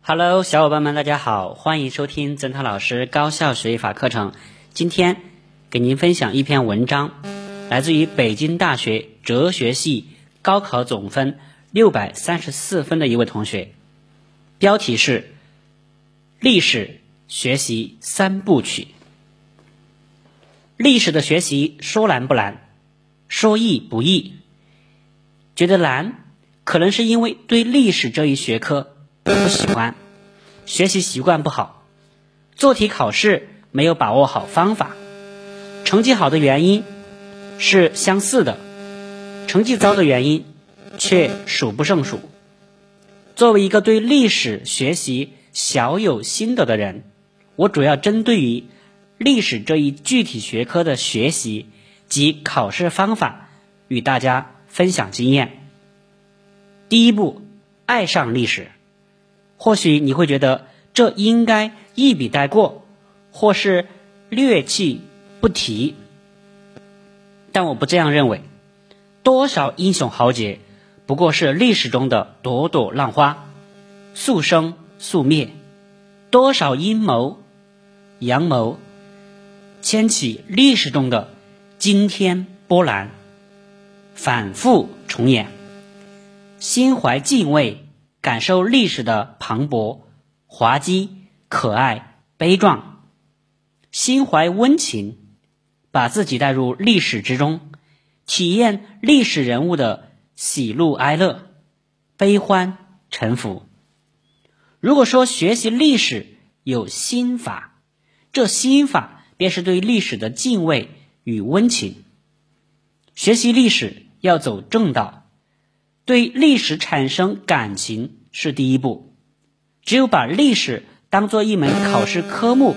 Hello， 小伙伴们，大家好，欢迎收听曾涛老师高效学语法课程。今天给您分享一篇文章，来自于北京大学哲学系高考总分634分的一位同学，标题是历史学习三部曲。历史的学习说难不难，说易不易。觉得难，可能是因为对历史这一学科不喜欢，学习习惯不好，做题考试没有把握好方法，成绩好的原因是相似的，成绩糟的原因却数不胜数。作为一个对历史学习小有心得的人，我主要针对于历史这一具体学科的学习及考试方法与大家分享经验。第一步，爱上历史。或许你会觉得这应该一笔带过，或是略弃不提，但我不这样认为。多少英雄豪杰不过是历史中的朵朵浪花，速生速灭；多少阴谋阳谋牵起历史中的惊天波澜，反复重演。心怀敬畏，感受历史的磅礴、滑稽、可爱、悲壮；心怀温情，把自己带入历史之中，体验历史人物的喜怒哀乐、悲欢沉浮。如果说学习历史有心法，这心法便是对历史的敬畏与温情。学习历史要走正道，对历史产生感情是第一步。只有把历史当作一门考试科目，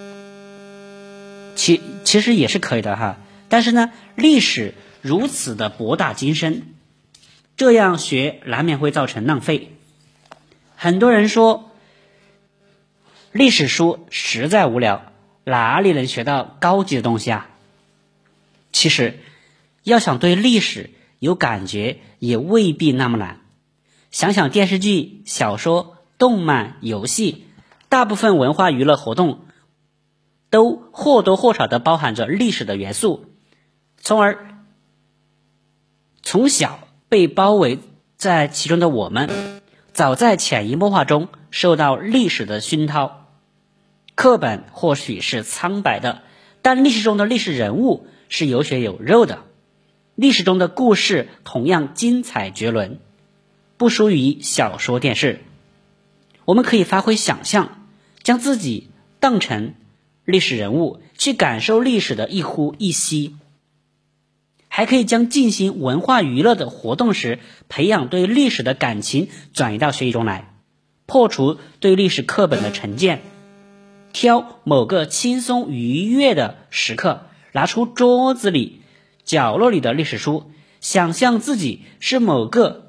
其实也是可以的哈。但是呢，历史如此的博大精深，这样学难免会造成浪费。很多人说历史书实在无聊，哪里能学到高级的东西啊？其实要想对历史有感觉也未必那么难。想想电视剧、小说、动漫、游戏，大部分文化娱乐活动都或多或少地包含着历史的元素，从而从小被包围在其中的我们，早在潜移默化中受到历史的熏陶。课本或许是苍白的，但历史中的历史人物是有血有肉的，历史中的故事同样精彩绝伦，不输于小说电视。我们可以发挥想象，将自己当成历史人物，去感受历史的一呼一吸。还可以将进行文化娱乐的活动时，培养对历史的感情转移到学习中来，破除对历史课本的成见，挑某个轻松愉悦的时刻，拿出桌子里角落里的历史书，想象自己是某个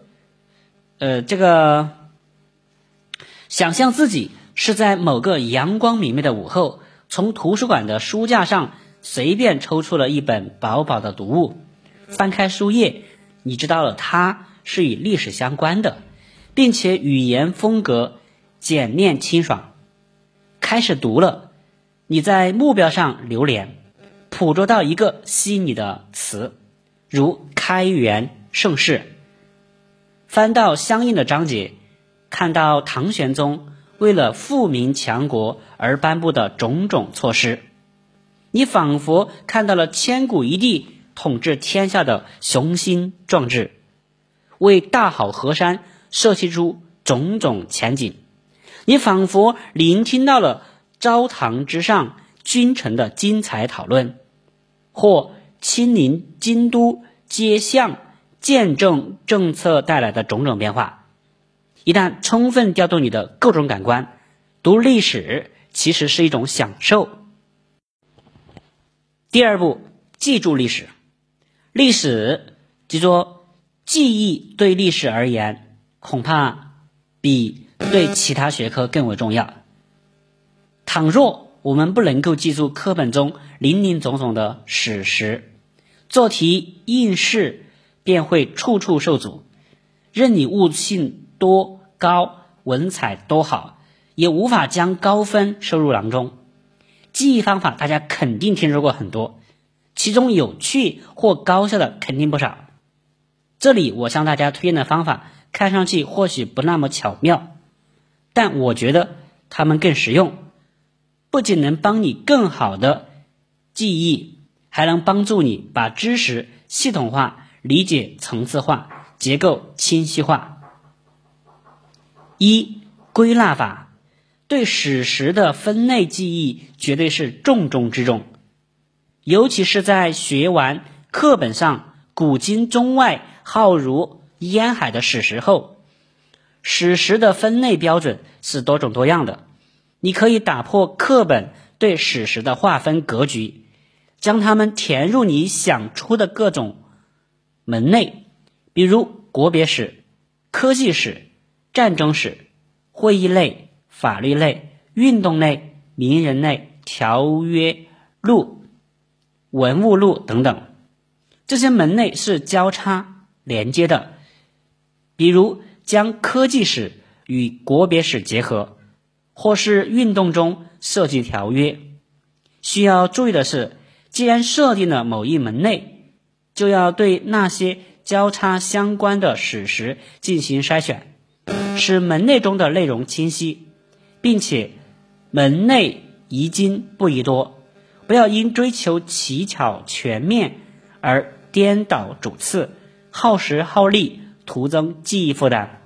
想象自己是在某个阳光明媚的午后，从图书馆的书架上随便抽出了一本薄薄的读物，翻开书页，你知道了它是与历史相关的，并且语言风格简练清爽。开始读了，你在目标上流连，捕捉到一个吸引你的词，如开元盛世，翻到相应的章节，看到唐玄宗为了富民强国而颁布的种种措施，你仿佛看到了千古一帝统治天下的雄心壮志，为大好河山设计出种种前景。你仿佛聆听到了朝堂之上君臣的精彩讨论，或亲临京都街巷，见证政策带来的种种变化。一旦充分调动你的各种感官，读历史其实是一种享受。第二步，记住历史。历史即说记忆对历史而言，恐怕比对其他学科更为重要。倘若我们不能够记住课本中林林总总的史实，做题应试便会处处受阻，任你悟性多高，文采多好， 也无法将高分收入囊中。记忆方法大家肯定听说过很多，其中有趣或高效的肯定不少。这里我向大家推荐的方法看上去或许不那么巧妙，但我觉得它们更实用，不仅能帮你更好的记忆，还能帮助你把知识系统化、理解层次化、结构清晰化。一、归纳法，对史实的分类记忆绝对是重中之重，尤其是在学完课本上古今中外浩如烟海的史实后，史实的分类标准是多种多样的，你可以打破课本对史实的划分格局，将它们填入你想出的各种门类，比如国别史、科技史、战争史、会议类、法律类、运动类、名人类、条约录、文物录等等。这些门类是交叉连接的，比如将科技史与国别史结合，或是运动中设计条约。需要注意的是，既然设定了某一门类，就要对那些交叉相关的史实进行筛选，使门类中的内容清晰，并且门类宜精不宜多，不要因追求奇巧全面而颠倒主次，耗时耗力，徒增记忆负担。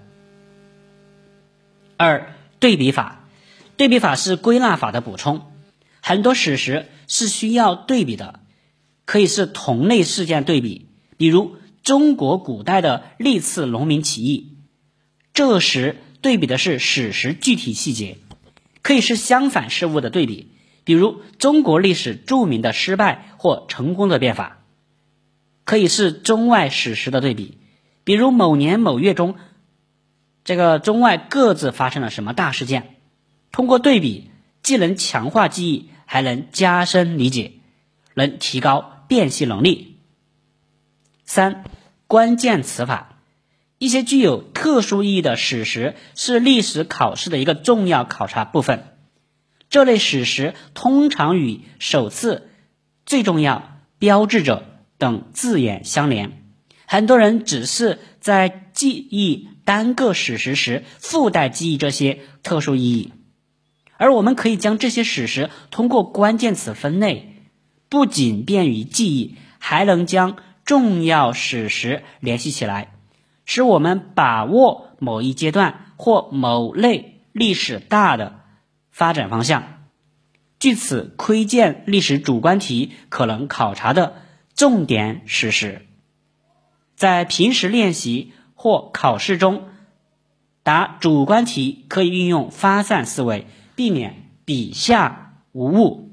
二、对比法。对比法是归纳法的补充，很多史实是需要对比的，可以是同类事件对比，比如中国古代的历次农民起义，这时对比的是史实具体细节；可以是相反事物的对比，比如中国历史著名的失败或成功的变法；可以是中外史实的对比，比如某年某月中中外各自发生了什么大事件。通过对比，既能强化记忆，还能加深理解，能提高辨析能力。三、关键词法。一些具有特殊意义的史实是历史考试的一个重要考察部分。这类史实通常与首次、最重要、标志着等字眼相连。很多人只是在记忆单个史实时附带记忆这些特殊意义，而我们可以将这些史实通过关键词分类，不仅便于记忆，还能将重要史实联系起来，使我们把握某一阶段或某类历史大的发展方向。据此窥见历史主观题可能考察的重点史实。在平时练习或考试中，答主观题可以运用发散思维，避免笔下无误。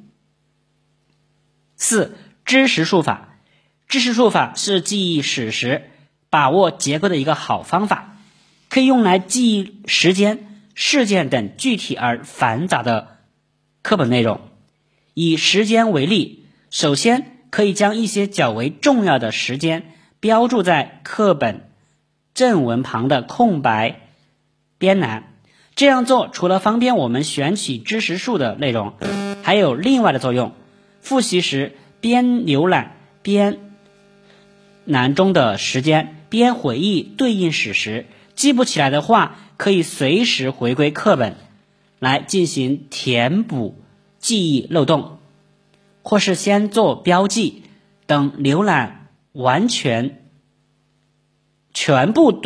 四、知识数法。知识数法是记忆史实、把握结构的一个好方法，可以用来记忆时间、事件等具体而繁杂的课本内容。以时间为例，首先可以将一些较为重要的时间标注在课本正文旁的空白边栏。这样做除了方便我们选取知识数的内容，还有另外的作用。复习时边浏览边栏中的时间，边回忆对应史实，记不起来的话，可以随时回归课本来进行填补记忆漏洞，或是先做标记，等浏览完全部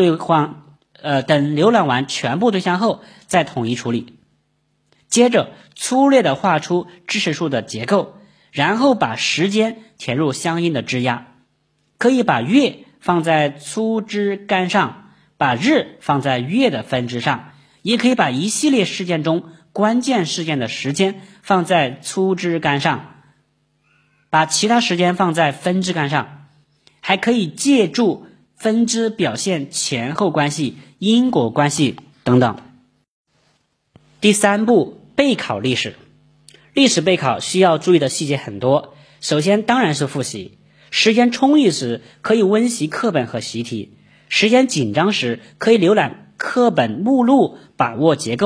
对象后再统一处理。接着粗略地画出知识数的结构，然后把时间填入相应的枝桠。可以把月放在粗枝干上，把日放在月的分支上，也可以把一系列事件中关键事件的时间放在粗枝干上，把其他时间放在分支干上。还可以借助分支表现前后关系、因果关系等等。第三步，备考历史。历史备考需要注意的细节很多，首先当然是复习。时间充裕时可以温习课本和习题，时间紧张时可以浏览课本目录，把握结构，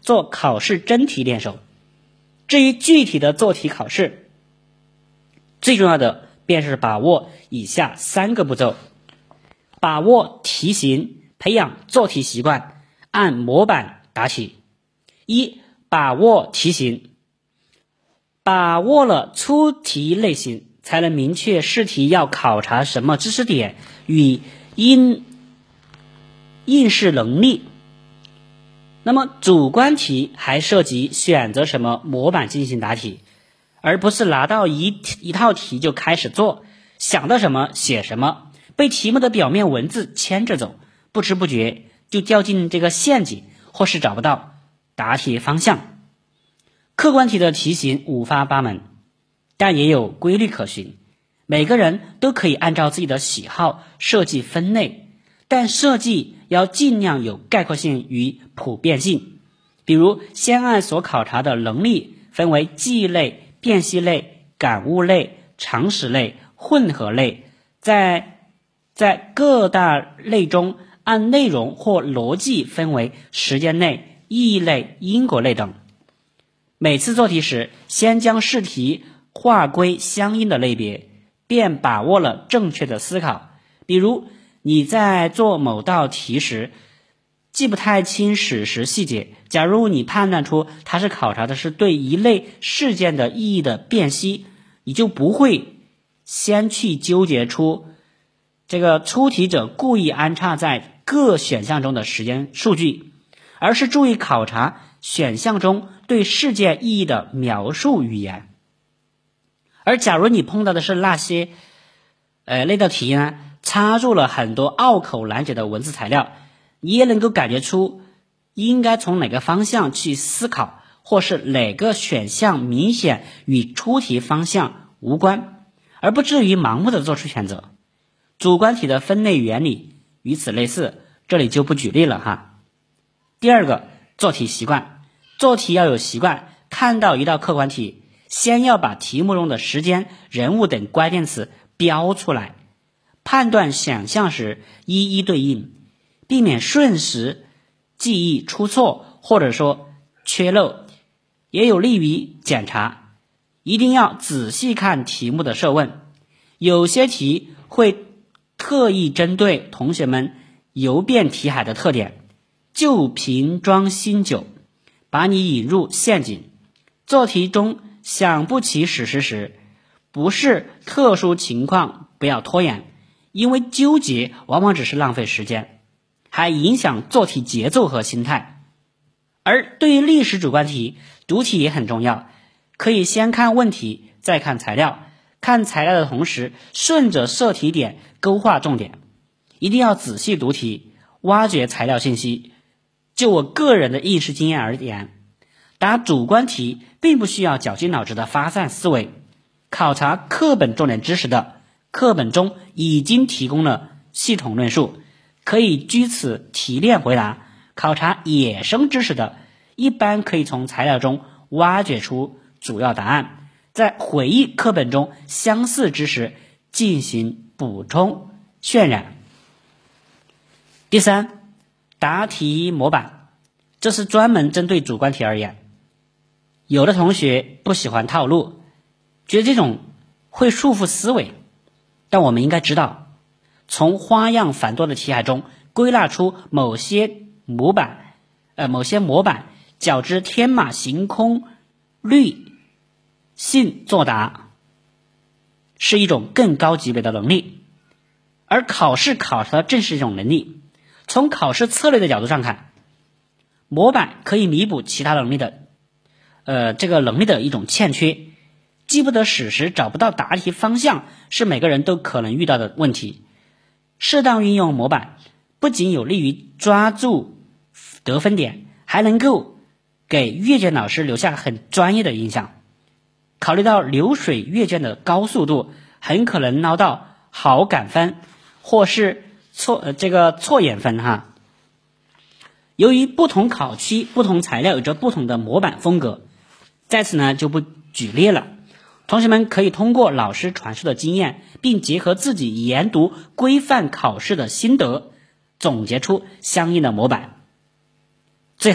做考试真题练手。至于具体的做题考试，最重要的便是把握以下3个步骤：把握题型，培养做题习惯，按模板答题。一、把握题型。把握了出题类型，才能明确试题要考察什么知识点与应试能力。那么主观题还涉及选择什么模板进行答题，而不是拿到一套题就开始做，想到什么写什么，被题目的表面文字牵着走，不知不觉就掉进这个陷阱，或是找不到答题方向。客观题的题型五花八门，但也有规律可循，每个人都可以按照自己的喜好设计分类，但设计要尽量有概括性与普遍性。比如先按所考察的能力分为记忆类、辨析类、感悟类、常识类、混合类，在各大类中按内容或逻辑分为时间类、意义类、因果类等。每次做题时，先将试题划归相应的类别，便把握了正确的思考。比如你在做某道题时记不太清史实细节，假如你判断出它是考察的是对一类事件的意义的辨析，你就不会先去纠结出这个出题者故意安插在各选项中的时间数据，而是注意考察选项中对事件意义的描述语言。而假如你碰到的是那些那道题呢，插入了很多拗口难解的文字材料，你也能够感觉出应该从哪个方向去思考，或是哪个选项明显与出题方向无关，而不至于盲目的做出选择。主观题的分类原理与此类似，这里就不举例了哈。第二个，做题习惯。做题要有习惯，看到一道客观题，先要把题目中的时间、人物等关键词标出来，判断选项时一一对应，避免瞬时记忆出错或者说缺漏，也有利于检查。一定要仔细看题目的设问，有些题会特意针对同学们游遍题海的特点，旧瓶装新酒，把你引入陷阱。做题中想不起史实时，不是特殊情况不要拖延，因为纠结往往只是浪费时间，还影响做题节奏和心态。而对于历史主观题，读题也很重要，可以先看问题，再看材料，看材料的同时顺着设题点勾画重点，一定要仔细读题，挖掘材料信息。就我个人的应试经验而言，答主观题并不需要绞尽脑汁的发散思维，考察课本重点知识的，课本中已经提供了系统论述，可以据此提炼回答。考察野生知识的，一般可以从材料中挖掘出主要答案，在回忆课本中相似知识进行补充渲染。第三，答题模板，这是专门针对主观题而言。有的同学不喜欢套路，觉得这种会束缚思维，但我们应该知道，从花样繁多的题海中归纳出某些模板，较之天马行空率性作答，是一种更高级别的能力。而考试考察的正是这种能力。从考试策略的角度上看，模板可以弥补其他能力的这个能力的一种欠缺。记不得史实，找不到答题方向，是每个人都可能遇到的问题。适当运用模板，不仅有利于抓住得分点，还能够给阅卷老师留下很专业的印象。考虑到流水阅卷的高速度，很可能捞到好感分或是错眼分哈。由于不同考区、不同材料有着不同的模板风格，在此呢就不举例了。同学们可以通过老师传授的经验，并结合自己研读规范考试的心得，总结出相应的模板。最后，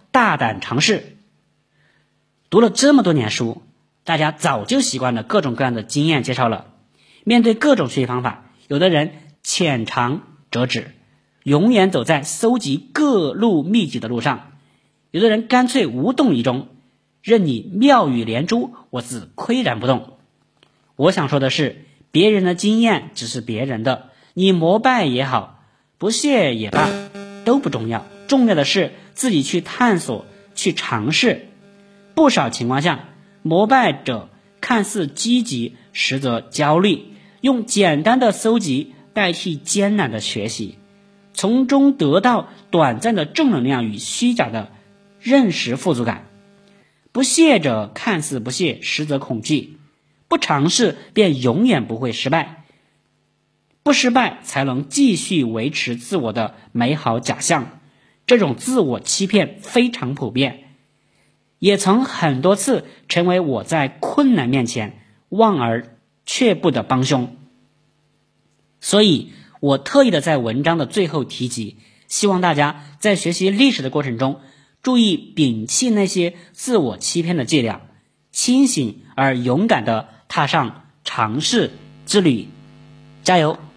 大胆尝试。读了这么多年书，大家早就习惯了各种各样的经验介绍了。面对各种学习方法，有的人浅尝辄止，永远走在搜集各路秘籍的路上；有的人干脆无动于衷，任你妙语连珠，我自岿然不动。我想说的是，别人的经验只是别人的，你膜拜也好，不屑也罢，都不重要，重要的是自己去探索，去尝试。不少情况下，膜拜者看似积极，实则焦虑，用简单的搜集代替艰难的学习，从中得到短暂的正能量与虚假的认识富足感。不屑者看似不屑，实则恐惧，不尝试便永远不会失败，不失败才能继续维持自我的美好假象。这种自我欺骗非常普遍，也曾很多次成为我在困难面前望而却步的帮凶。所以我特意的在文章的最后提及，希望大家在学习历史的过程中，注意摒弃那些自我欺骗的伎俩，清醒而勇敢的踏上尝试之旅。加油！